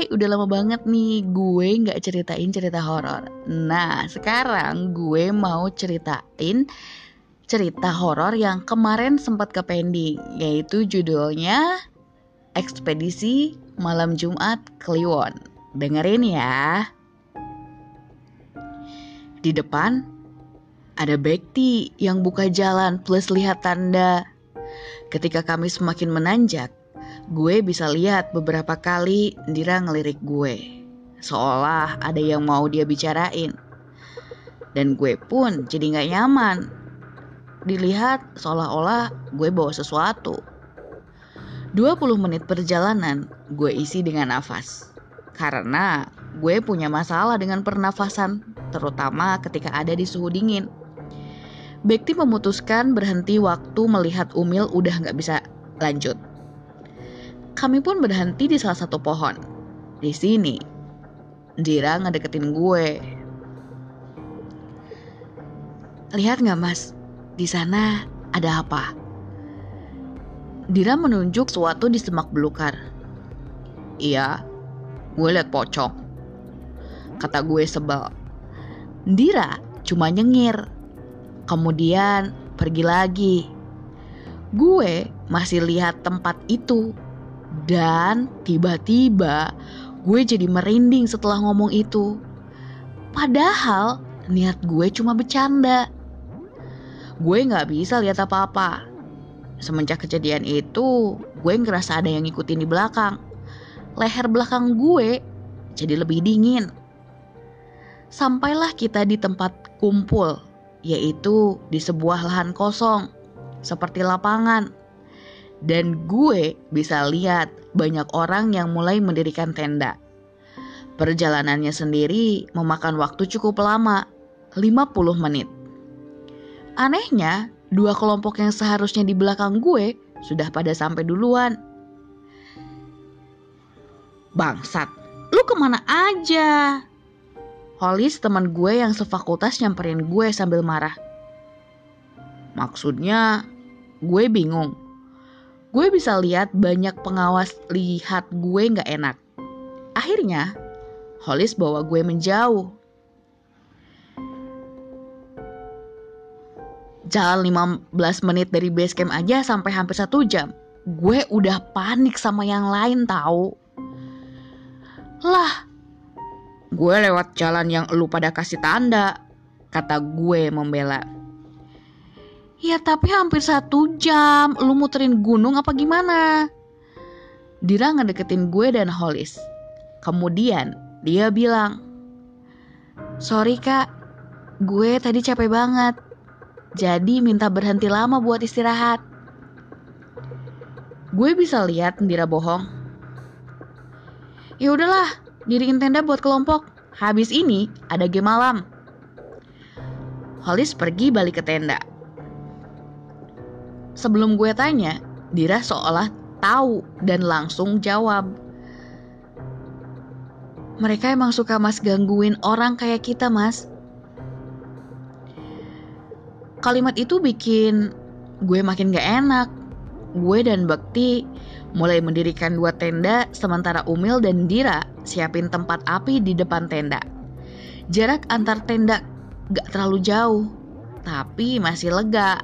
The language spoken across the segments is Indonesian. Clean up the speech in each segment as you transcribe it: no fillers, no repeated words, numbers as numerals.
hai, udah lama banget nih gue gak ceritain cerita horor. Nah, sekarang gue mau ceritain cerita horor yang kemarin sempat ke pending, yaitu judulnya Ekspedisi Malam Jumat Kliwon. Dengerin ya. Di depan ada Bekti yang buka jalan plus lihat tanda. Ketika kami semakin menanjak, gue bisa lihat beberapa kali Dira ngelirik gue, seolah ada yang mau dia bicarain. Dan gue pun jadi gak nyaman. Dilihat seolah-olah gue bawa sesuatu. 20 menit perjalanan gue isi dengan nafas. Karena gue punya masalah dengan pernafasan, terutama ketika ada di suhu dingin. Bekti memutuskan berhenti waktu melihat Umil udah gak bisa lanjut. Kami pun berhenti di salah satu pohon. Di sini, Dira ngedeketin gue. Lihat gak mas, di sana ada apa? Dira menunjuk sesuatu di semak belukar. Iya, gue liat pocong, kata gue sebel. Dira cuma nyengir, kemudian pergi lagi. Gue masih lihat tempat itu. Dan tiba-tiba gue jadi merinding setelah ngomong itu. Padahal niat gue cuma bercanda. Gue gak bisa lihat apa-apa. Semenjak kejadian itu, gue ngerasa ada yang ngikutin di belakang. Leher belakang gue jadi lebih dingin. Sampailah kita di tempat kumpul, yaitu di sebuah lahan kosong, seperti lapangan. Dan gue bisa lihat banyak orang yang mulai mendirikan tenda. Perjalanannya sendiri memakan waktu cukup lama, 50 menit. Anehnya, 2 kelompok yang seharusnya di belakang gue sudah pada sampai duluan. Bangsat, lu kemana aja? Hollis, teman gue yang sefakultas, nyamperin gue sambil marah. Maksudnya, gue bingung. Gue bisa lihat banyak pengawas lihat gue gak enak. Akhirnya, Hollis bawa gue menjauh. Jalan 15 menit dari base camp aja sampai hampir 1 jam. Gue udah panik sama yang lain tahu. Lah, gue lewat jalan yang lu pada kasih tanda, kata gue membela. Ya tapi hampir 1 jam, lu muterin gunung apa gimana? Dira ngedeketin gue dan Hollis. Kemudian dia bilang, sorry kak, gue tadi capek banget. Jadi minta berhenti lama buat istirahat. Gue bisa lihat Dira bohong. Ya udahlah, diriin tenda buat kelompok. Habis ini ada game malam. Hollis pergi balik ke tenda. Sebelum gue tanya, Dira seolah tahu dan langsung jawab. Mereka emang suka mas gangguin orang kayak kita mas. Kalimat itu bikin gue makin gak enak. Gue dan Bekti mulai mendirikan 2 tenda, sementara Umil dan Dira siapin tempat api di depan tenda. Jarak antar tenda gak terlalu jauh, tapi masih lega.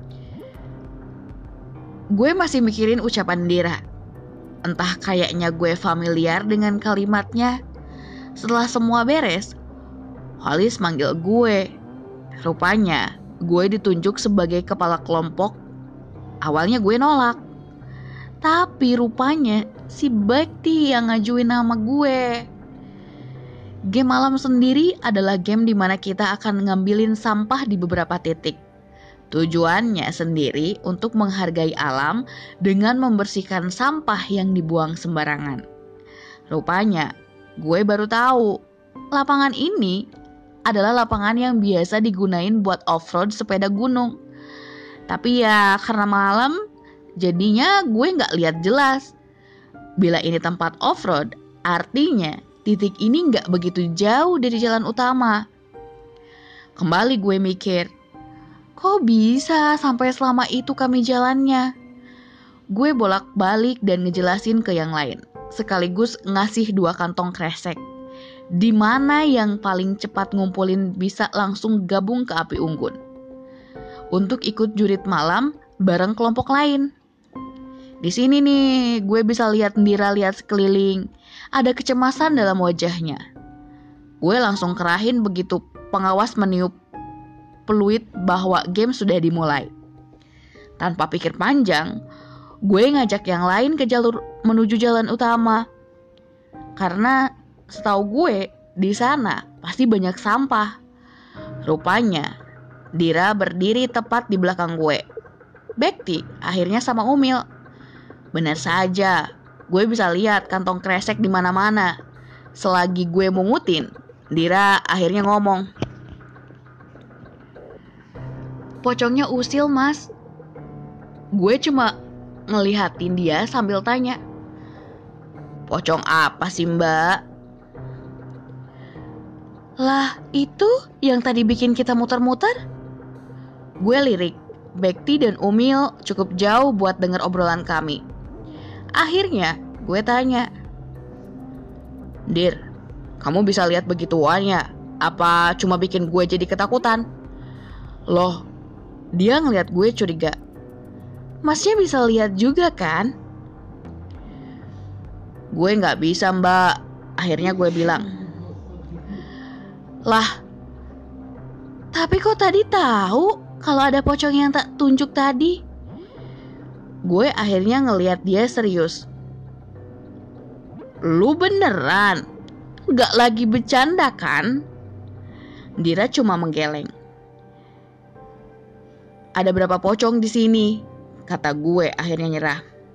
Gue masih mikirin ucapan Dira. Entah kayaknya gue familiar dengan kalimatnya. Setelah semua beres, Hollis manggil gue. Rupanya gue ditunjuk sebagai kepala kelompok. Awalnya gue nolak. Tapi rupanya si Bekti yang ngajuin nama gue. Game malam sendiri adalah game di mana kita akan ngambilin sampah di beberapa titik. Tujuannya sendiri untuk menghargai alam dengan membersihkan sampah yang dibuang sembarangan. Rupanya gue baru tahu lapangan ini adalah lapangan yang biasa digunain buat off-road sepeda gunung. Tapi ya karena malam, jadinya gue gak lihat jelas. Bila ini tempat off-road, artinya titik ini gak begitu jauh dari jalan utama. Kembali gue mikir, kok bisa sampai selama itu kami jalannya? Gue bolak-balik dan ngejelasin ke yang lain. sekaligus ngasih 2 kantong kresek. Di mana yang paling cepat ngumpulin bisa langsung gabung ke api unggun untuk ikut jurit malam bareng kelompok lain. Di sini nih, gue bisa lihat Ndira lihat sekeliling. Ada kecemasan dalam wajahnya. Gue langsung kerahin begitu pengawas meniup peluit bahwa game sudah dimulai. Tanpa pikir panjang, gue ngajak yang lain ke jalur menuju jalan utama. Karena setahu gue di sana pasti banyak sampah. Rupanya Dira berdiri tepat di belakang gue. Bekti akhirnya sama Umil. Benar saja, gue bisa lihat kantong kresek di mana-mana. Selagi gue mungutin, Dira akhirnya ngomong. Pocongnya usil, Mas. Gue cuma ngelihatin dia sambil tanya. Pocong apa sih, Mbak? Lah, itu yang tadi bikin kita muter-muter? Gue lirik. Bekti dan Umil cukup jauh buat denger obrolan kami. Akhirnya gue tanya, Dir, kamu bisa lihat begituannya? Apa cuma bikin gue jadi ketakutan? Loh, dia ngeliat gue curiga. Masnya bisa lihat juga kan? Gue gak bisa, Mbak. Akhirnya gue bilang. Lah, tapi kok tadi tahu kalau ada pocong yang tak tunjuk tadi? Gue akhirnya ngeliat dia serius. Lu beneran? Gak lagi bercanda kan? Dira cuma menggeleng. Ada berapa pocong di sini? Kata gue akhirnya nyerah.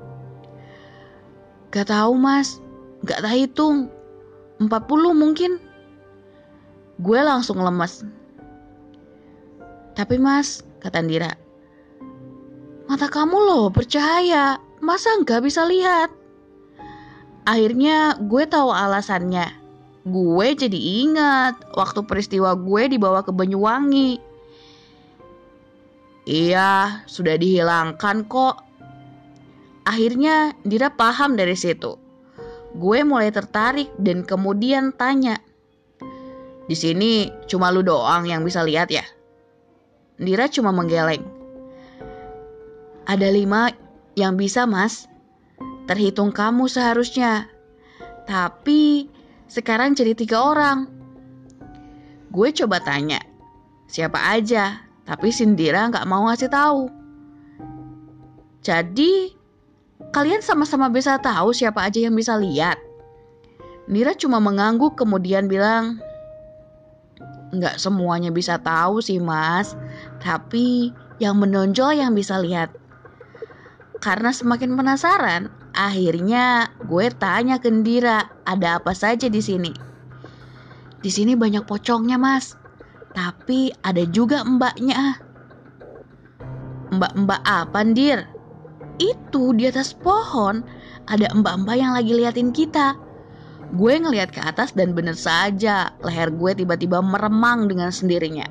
Gak tahu, Mas. Gak terhitung. 40 mungkin. Gue langsung lemes. Tapi Mas, kata Dira, mata kamu loh bercahaya, masa nggak bisa lihat? Akhirnya gue tahu alasannya. Gue jadi ingat waktu peristiwa gue dibawa ke Banyuwangi. Iya, sudah dihilangkan kok. Akhirnya Dira paham dari situ. Gue mulai tertarik dan kemudian tanya, di sini cuma lu doang yang bisa lihat ya? Dira cuma menggeleng. Ada 5 yang bisa, Mas. Terhitung kamu seharusnya. Tapi sekarang jadi 3 orang. Gue coba tanya, siapa aja? Tapi Dira gak mau ngasih tahu. Jadi kalian sama-sama bisa tahu siapa aja yang bisa lihat? Dira cuma mengangguk kemudian bilang, nggak semuanya bisa tahu sih, Mas. Tapi yang menonjol yang bisa lihat. Karena semakin penasaran, akhirnya gue tanya ke Dira, ada apa saja di sini? Di sini banyak pocongnya, Mas. Tapi ada juga mbaknya. Mbak-mbak apa, Dir? Itu di atas pohon ada mbak-mbak yang lagi liatin kita. Gue ngeliat ke atas dan bener saja leher gue tiba-tiba meremang dengan sendirinya.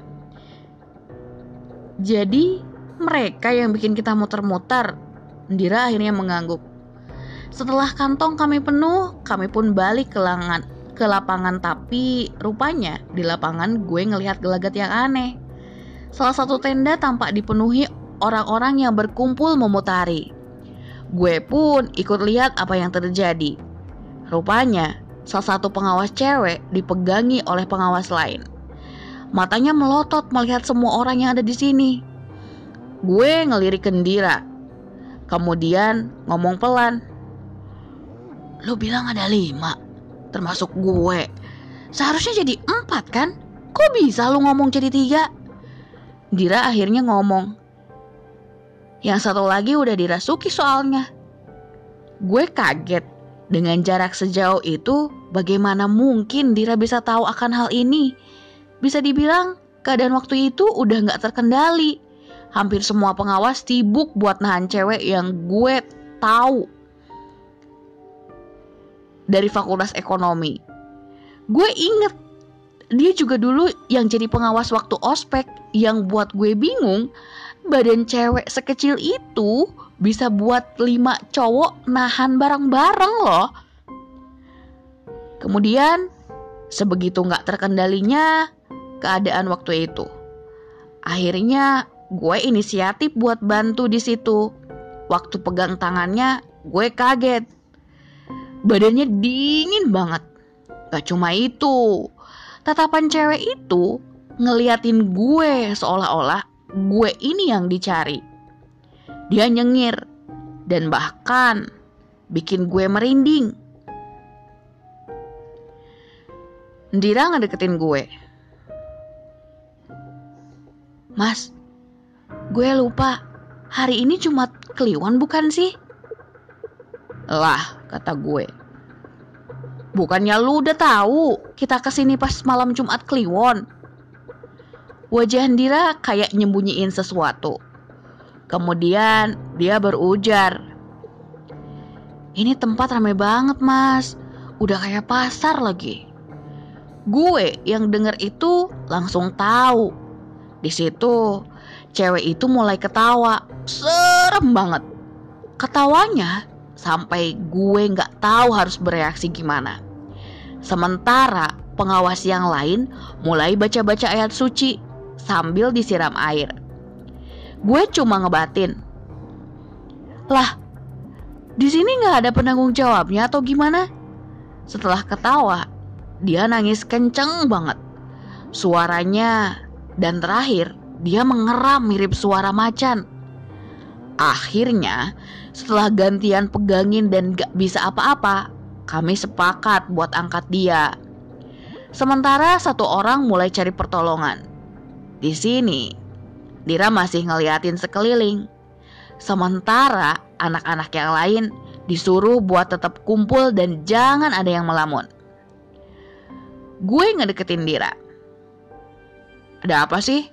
Jadi mereka yang bikin kita muter-muter. Dira akhirnya mengangguk. Setelah kantong kami penuh, kami pun balik ke lapangan. Tapi rupanya di lapangan gue ngelihat gelagat yang aneh. Salah satu tenda tampak dipenuhi orang-orang yang berkumpul memutari. Gue pun ikut lihat apa yang terjadi. Rupanya salah satu pengawas cewek dipegangi oleh pengawas lain. Matanya melotot melihat semua orang yang ada di sini. Gue ngelirik ke Dira. Kemudian ngomong pelan. Lo bilang ada 5, termasuk gue. Seharusnya jadi 4 kan? Kok bisa lo ngomong jadi 3? Dira akhirnya ngomong. Yang satu lagi udah dirasuki soalnya. Gue kaget. Dengan jarak sejauh itu, bagaimana mungkin Dira bisa tahu akan hal ini? Bisa dibilang, keadaan waktu itu udah gak terkendali. Hampir semua pengawas sibuk buat nahan cewek yang gue tahu dari Fakultas Ekonomi. Gue inget, dia juga dulu yang jadi pengawas waktu ospek. Yang buat gue bingung, badan cewek sekecil itu bisa buat 5 cowok nahan bareng-bareng loh. Kemudian sebegitu gak terkendalinya keadaan waktu itu, akhirnya gue inisiatif buat bantu di situ. Waktu pegang tangannya, gue kaget. Badannya dingin banget. Gak cuma itu, tatapan cewek itu ngeliatin gue seolah-olah gue ini yang dicari. Dia nyengir dan bahkan bikin gue merinding. Dira ngedeketin gue. Mas, gue lupa, hari ini Jumat Kliwon bukan sih? Lah, kata gue. Bukannya lu udah tahu kita kesini pas malam Jumat Kliwon? Wajah Dira kayak nyembunyiin sesuatu. Kemudian dia berujar. Ini tempat ramai banget mas, udah kayak pasar lagi. Gue yang denger itu langsung tahu. Di situ cewek itu mulai ketawa, serem banget. Ketawanya sampai gue nggak tahu harus bereaksi gimana. Sementara pengawas yang lain mulai baca-baca ayat suci sambil disiram air. Gue cuma ngebatin, lah, di sini nggak ada penanggung jawabnya atau gimana? Setelah ketawa, dia nangis kenceng banget. Suaranya dan terakhir dia mengeram mirip suara macan. Akhirnya setelah gantian pegangin dan gak bisa apa-apa, kami sepakat buat angkat dia. Sementara satu orang mulai cari pertolongan. Di sini Dira masih ngeliatin sekeliling. Sementara anak-anak yang lain disuruh buat tetap kumpul dan jangan ada yang melamun. Gue ngedeketin Dira. Ada apa sih?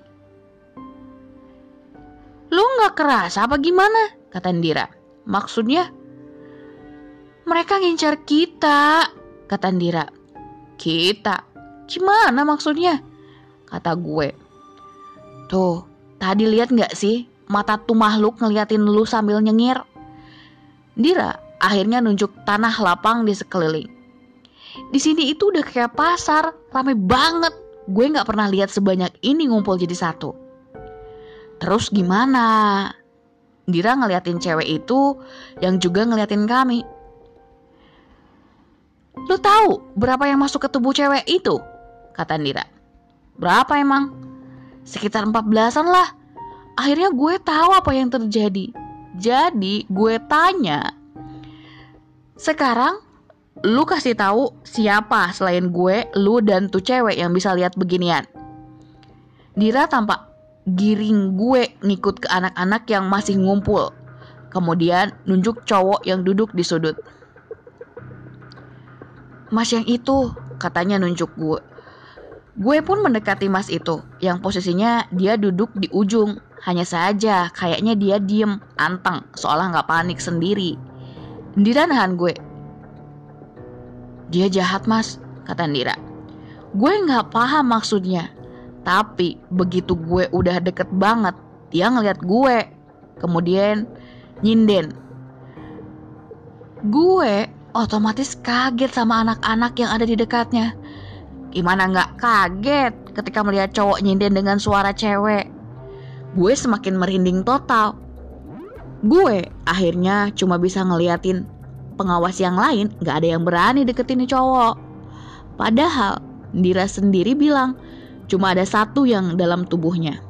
Lu gak kerasa apa gimana? Kata Dira. Maksudnya? Mereka ngincar kita, kata Dira. Kita? Gimana maksudnya? Kata gue. Tuh, tadi lihat gak sih mata tuh makhluk ngeliatin lu sambil nyengir? Dira akhirnya nunjuk tanah lapang di sekeliling. Di sini itu udah kayak pasar, ramai banget. Gue gak pernah lihat sebanyak ini ngumpul jadi satu. Terus gimana? Dira ngeliatin cewek itu yang juga ngeliatin kami. Lu tahu berapa yang masuk ke tubuh cewek itu? Kata Dira. Berapa emang? Sekitar 14-an lah. Akhirnya gue tahu apa yang terjadi. Jadi gue tanya, sekarang lu kasih tahu siapa selain gue, lu dan tuh cewek yang bisa lihat beginian. Dira tampak giring gue ngikut ke anak-anak yang masih ngumpul. Kemudian nunjuk cowok yang duduk di sudut. Mas yang itu, katanya nunjuk gue. Gue pun mendekati mas itu, yang posisinya dia duduk di ujung. Hanya saja kayaknya dia diem, anteng, seolah gak panik sendiri. Dira nahan gue. Dia jahat mas, kata Dira. Gue gak paham maksudnya. Tapi begitu gue udah deket banget, dia ngeliat gue. Kemudian nyinden. Gue otomatis kaget sama anak-anak yang ada di dekatnya. Gimana gak kaget ketika melihat cowok nyinden dengan suara cewek? Gue semakin merinding total. Gue akhirnya cuma bisa ngeliatin pengawas yang lain gak ada yang berani deketin nih cowok. Padahal Dira sendiri bilang cuma ada satu yang dalam tubuhnya.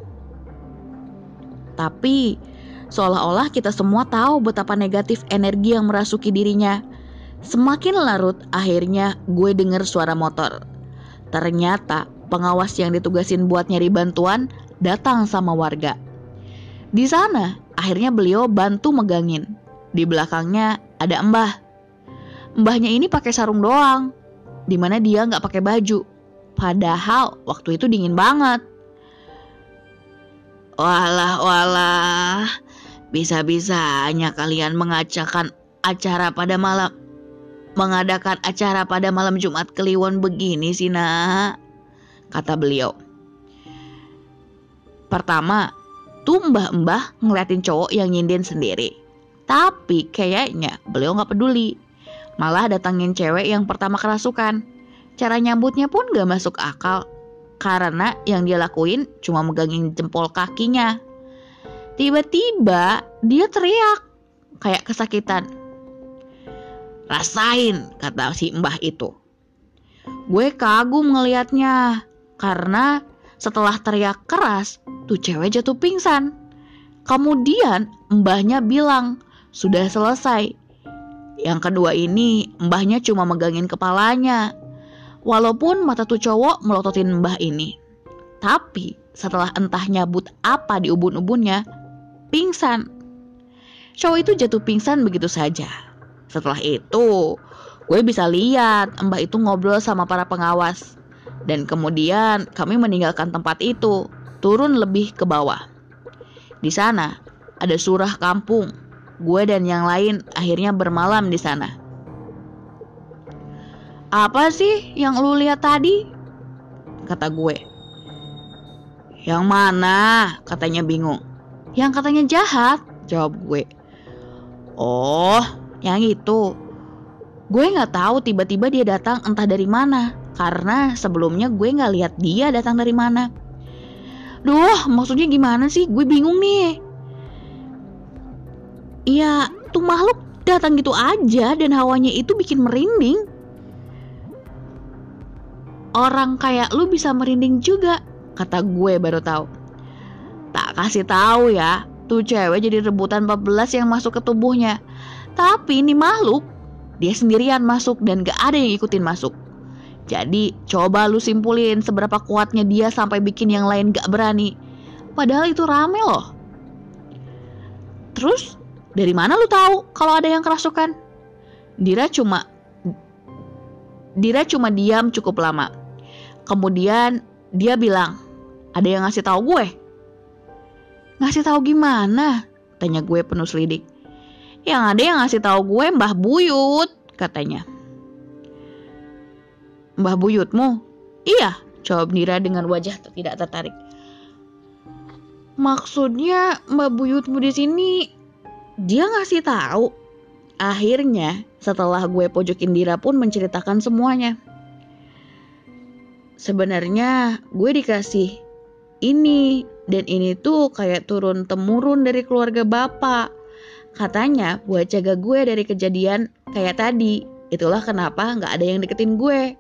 Tapi seolah-olah kita semua tahu betapa negatif energi yang merasuki dirinya. Semakin larut akhirnya gue dengar suara motor. Ternyata pengawas yang ditugasin buat nyari bantuan datang sama warga. Di sana akhirnya beliau bantu megangin. Di belakangnya ada Mbah. Mbahnya ini pakai sarung doang, dimana dia nggak pakai baju. Padahal waktu itu dingin banget. Walah, bisa-bisanya kalian mengadakan acara pada malam Jumat Kliwon begini sih nak, kata beliau. Pertama, tuh mbah-mbah ngeliatin cowok yang nyinden sendiri. Tapi kayaknya beliau gak peduli. Malah datangin cewek yang pertama kerasukan. Cara nyambutnya pun gak masuk akal, karena yang dia lakuin cuma megangin jempol kakinya. Tiba-tiba dia teriak kayak kesakitan. "Rasain," kata si mbah itu. Gue kagum ngelihatnya, karena setelah teriak keras, tuh cewek jatuh pingsan. Kemudian mbahnya bilang, "Sudah selesai." Yang kedua ini mbahnya cuma megangin kepalanya. Walaupun mata tuh cowok melototin mbah ini. Tapi setelah entah nyabut apa di ubun-ubunnya, pingsan. Cowok itu jatuh pingsan begitu saja. Setelah itu, gue bisa lihat mbah itu ngobrol sama para pengawas. Dan kemudian kami meninggalkan tempat itu, turun lebih ke bawah. Di sana ada surah kampung. Gue dan yang lain akhirnya bermalam di sana. "Apa sih yang lu lihat tadi?" kata gue. "Yang mana?" katanya bingung. "Yang katanya jahat," jawab gue. "Oh, yang itu." Gue gak tahu tiba-tiba dia datang entah dari mana, karena sebelumnya gue gak lihat dia datang dari mana. Duh, maksudnya gimana sih? Gue bingung nih. Ya, tuh makhluk datang gitu aja dan hawanya itu bikin merinding. "Orang kayak lu bisa merinding juga," kata gue baru tahu. Tak kasih tahu ya, tuh cewek jadi rebutan 14 yang masuk ke tubuhnya. Tapi ini makhluk, dia sendirian masuk dan gak ada yang ikutin masuk. Jadi coba lu simpulin seberapa kuatnya dia sampai bikin yang lain gak berani. Padahal itu rame loh. "Terus dari mana lu tahu kalau ada yang kerasukan?" Dira cuma diam cukup lama. Kemudian dia bilang, "Ada yang ngasih tahu gue." "Ngasih tahu gimana?" tanya gue penuh selidik. "Yang ada yang ngasih tahu gue Mbah Buyut," katanya. "Mbah Buyutmu?" "Iya," jawab Dira dengan wajah tidak tertarik. "Maksudnya Mbah Buyutmu di sini dia ngasih tahu?" Akhirnya setelah gue pojokin Dira pun menceritakan semuanya. "Sebenarnya gue dikasih ini dan ini tuh kayak turun temurun dari keluarga bapak. Katanya buat jaga gue dari kejadian kayak tadi. Itulah kenapa gak ada yang deketin gue."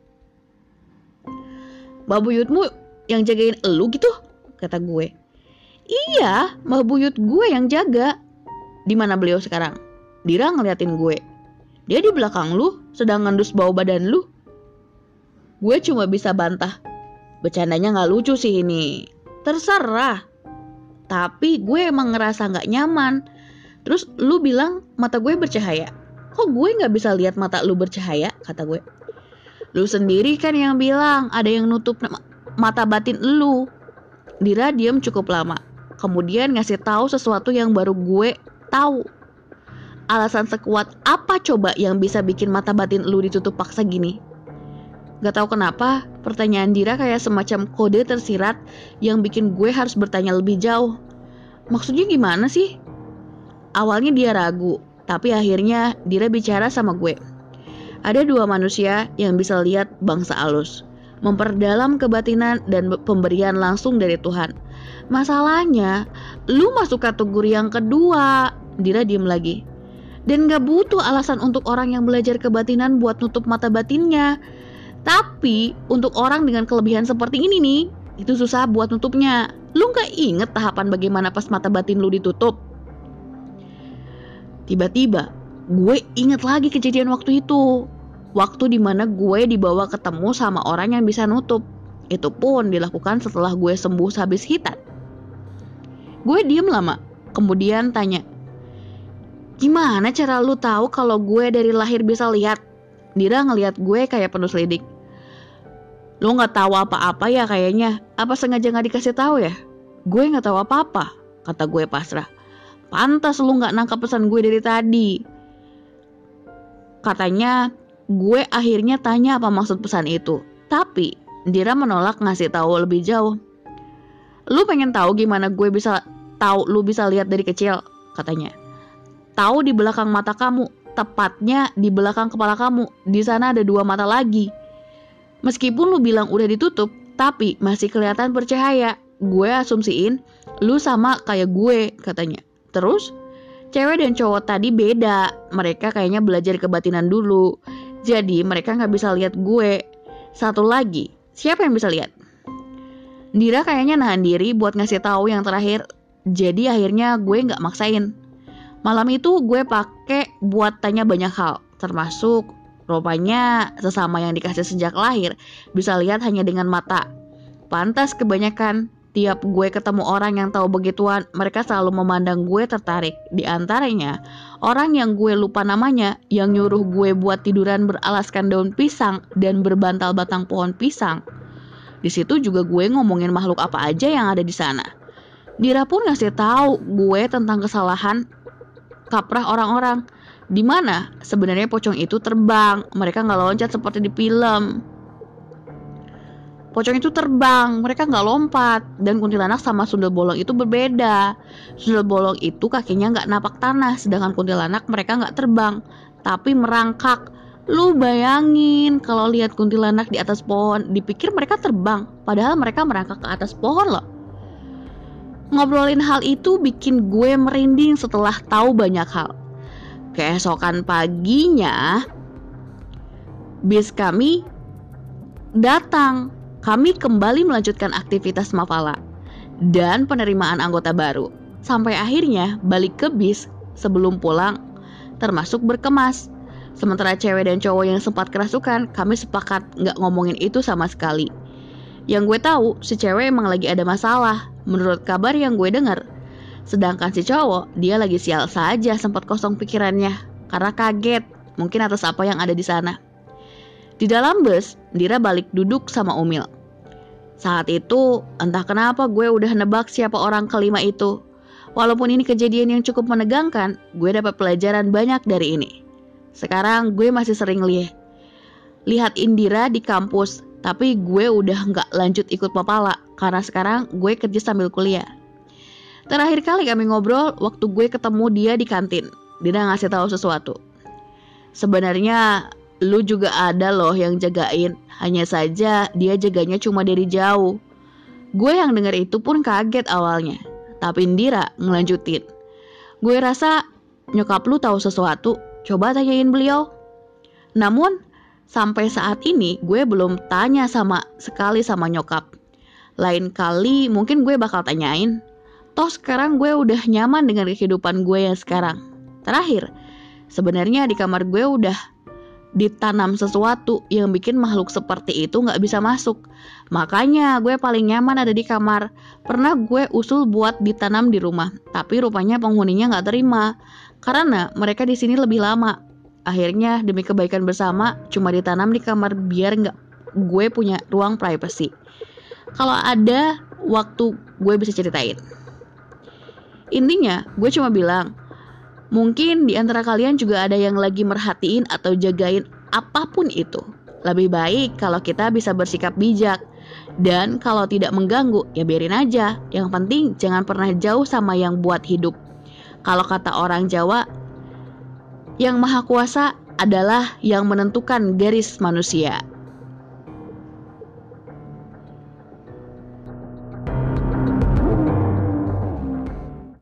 "Mbah Buyutmu yang jagain elu gitu?" kata gue. "Iya, Mbah Buyut gue yang jaga." "Di mana beliau sekarang?" Dira ngeliatin gue. "Dia di belakang lu, sedang ngendus bau badan lu." Gue cuma bisa bantah, "Bercandanya gak lucu sih ini." "Terserah. Tapi gue emang ngerasa gak nyaman. Terus lu bilang mata gue bercahaya. Kok gue gak bisa lihat mata lu bercahaya?" kata gue. "Lu sendiri kan yang bilang ada yang nutup mata batin lu." Dira diam cukup lama. Kemudian ngasih tahu sesuatu yang baru gue tahu. "Alasan sekuat apa coba yang bisa bikin mata batin lu ditutup paksa gini?" Gak tahu kenapa, pertanyaan Dira kayak semacam kode tersirat yang bikin gue harus bertanya lebih jauh. "Maksudnya gimana sih?" Awalnya dia ragu, tapi akhirnya Dira bicara sama gue. "Ada dua manusia yang bisa lihat bangsa alus, memperdalam kebatinan dan pemberian langsung dari Tuhan. Masalahnya, lu masuk kategori yang kedua." Dira diem lagi. "Dan gak butuh alasan untuk orang yang belajar kebatinan buat nutup mata batinnya. Tapi untuk orang dengan kelebihan seperti ini nih, itu susah buat nutupnya. Lu gak inget tahapan bagaimana pas mata batin lu ditutup?" Tiba-tiba gue inget lagi kejadian waktu itu. Waktu dimana gue dibawa ketemu sama orang yang bisa nutup. Itu pun dilakukan setelah gue sembuh sehabis hitan. Gue diem lama, kemudian tanya, "Gimana cara lu tahu kalau gue dari lahir bisa lihat?" Dira ngeliat gue kayak penuh selidik. "Lu gak tahu apa-apa ya kayaknya. Apa sengaja gak dikasih tahu ya?" "Gue gak tahu apa-apa," kata gue pasrah. "Pantas lu gak nangkap pesan gue dari tadi." Katanya gue akhirnya tanya apa maksud pesan itu. Tapi Dira menolak ngasih tahu lebih jauh. "Lu pengen tahu gimana gue bisa tahu lu bisa lihat dari kecil?" katanya. "Tahu di belakang mata kamu, tepatnya di belakang kepala kamu. Di sana ada dua mata lagi." Meskipun lu bilang udah ditutup, tapi masih kelihatan bercahaya. Gue asumsiin lu sama kayak gue, katanya. Terus, cewek dan cowok tadi beda. Mereka kayaknya belajar kebatinan dulu. Jadi mereka gak bisa lihat gue. Satu lagi, siapa yang bisa lihat? Dira kayaknya nahan diri buat ngasih tahu yang terakhir. Jadi akhirnya gue gak maksain. Malam itu gue pakai buat tanya banyak hal, termasuk rupanya sesama yang dikasih sejak lahir bisa lihat hanya dengan mata. Pantas kebanyakan tiap gue ketemu orang yang tahu begituan, mereka selalu memandang gue tertarik. Di antaranya, orang yang gue lupa namanya yang nyuruh gue buat tiduran beralaskan daun pisang dan berbantal batang pohon pisang. Di situ juga gue ngomongin makhluk apa aja yang ada di sana. Dira pun ngasih tahu gue tentang kesalahan kaprah orang-orang, di mana sebenarnya pocong itu terbang, mereka nggak loncat seperti di film. Pocong itu terbang, mereka nggak lompat. Dan kuntilanak sama sundel bolong itu berbeda. Sundel bolong itu kakinya nggak napak tanah, sedangkan kuntilanak mereka nggak terbang, tapi merangkak. Lu bayangin kalau lihat kuntilanak di atas pohon, dipikir mereka terbang, padahal mereka merangkak ke atas pohon loh. Ngobrolin hal itu bikin gue merinding setelah tahu banyak hal. Keesokan paginya, bis kami datang. Kami kembali melanjutkan aktivitas Mapala dan penerimaan anggota baru. Sampai akhirnya balik ke bis sebelum pulang, termasuk berkemas. Sementara cewek dan cowok yang sempat kerasukan, kami sepakat gak ngomongin itu sama sekali. Yang gue tahu, si cewek emang lagi ada masalah, menurut kabar yang gue dengar. Sedangkan si cowok, dia lagi sial saja, sempat kosong pikirannya karena kaget, mungkin atas apa yang ada di sana. Di dalam bus, Dira balik duduk sama Umil. Saat itu, entah kenapa gue udah nebak siapa orang kelima itu. Walaupun ini kejadian yang cukup menegangkan, gue dapat pelajaran banyak dari ini. Sekarang gue masih sering lihat Indira di kampus, tapi gue udah gak lanjut ikut Mapala karena sekarang gue kerja sambil kuliah. Terakhir kali kami ngobrol waktu gue ketemu dia di kantin. Dia ngasih tahu sesuatu. Sebenarnya lu juga ada loh yang jagain, hanya saja dia jaganya cuma dari jauh. Gue yang denger itu pun kaget awalnya, tapi Indira ngelanjutin. Gue rasa nyokap lu tahu sesuatu, coba tanyain beliau. Namun sampai saat ini gue belum tanya sama sekali sama nyokap. Lain kali mungkin gue bakal tanyain. Toh sekarang gue udah nyaman dengan kehidupan gue yang sekarang. Terakhir, sebenarnya di kamar gue udah ditanam sesuatu yang bikin makhluk seperti itu gak bisa masuk. Makanya gue paling nyaman ada di kamar. Pernah gue usul buat ditanam di rumah, tapi rupanya penghuninya gak terima karena mereka di sini lebih lama. Akhirnya demi kebaikan bersama cuma ditanam di kamar biar gue punya ruang privacy. Kalau ada waktu gue bisa ceritain. Intinya gue cuma bilang, mungkin di antara kalian juga ada yang lagi merhatiin atau jagain apapun itu. Lebih baik kalau kita bisa bersikap bijak. Dan kalau tidak mengganggu, ya biarin aja. Yang penting jangan pernah jauh sama yang buat hidup. Kalau kata orang Jawa, yang maha kuasa adalah yang menentukan garis manusia.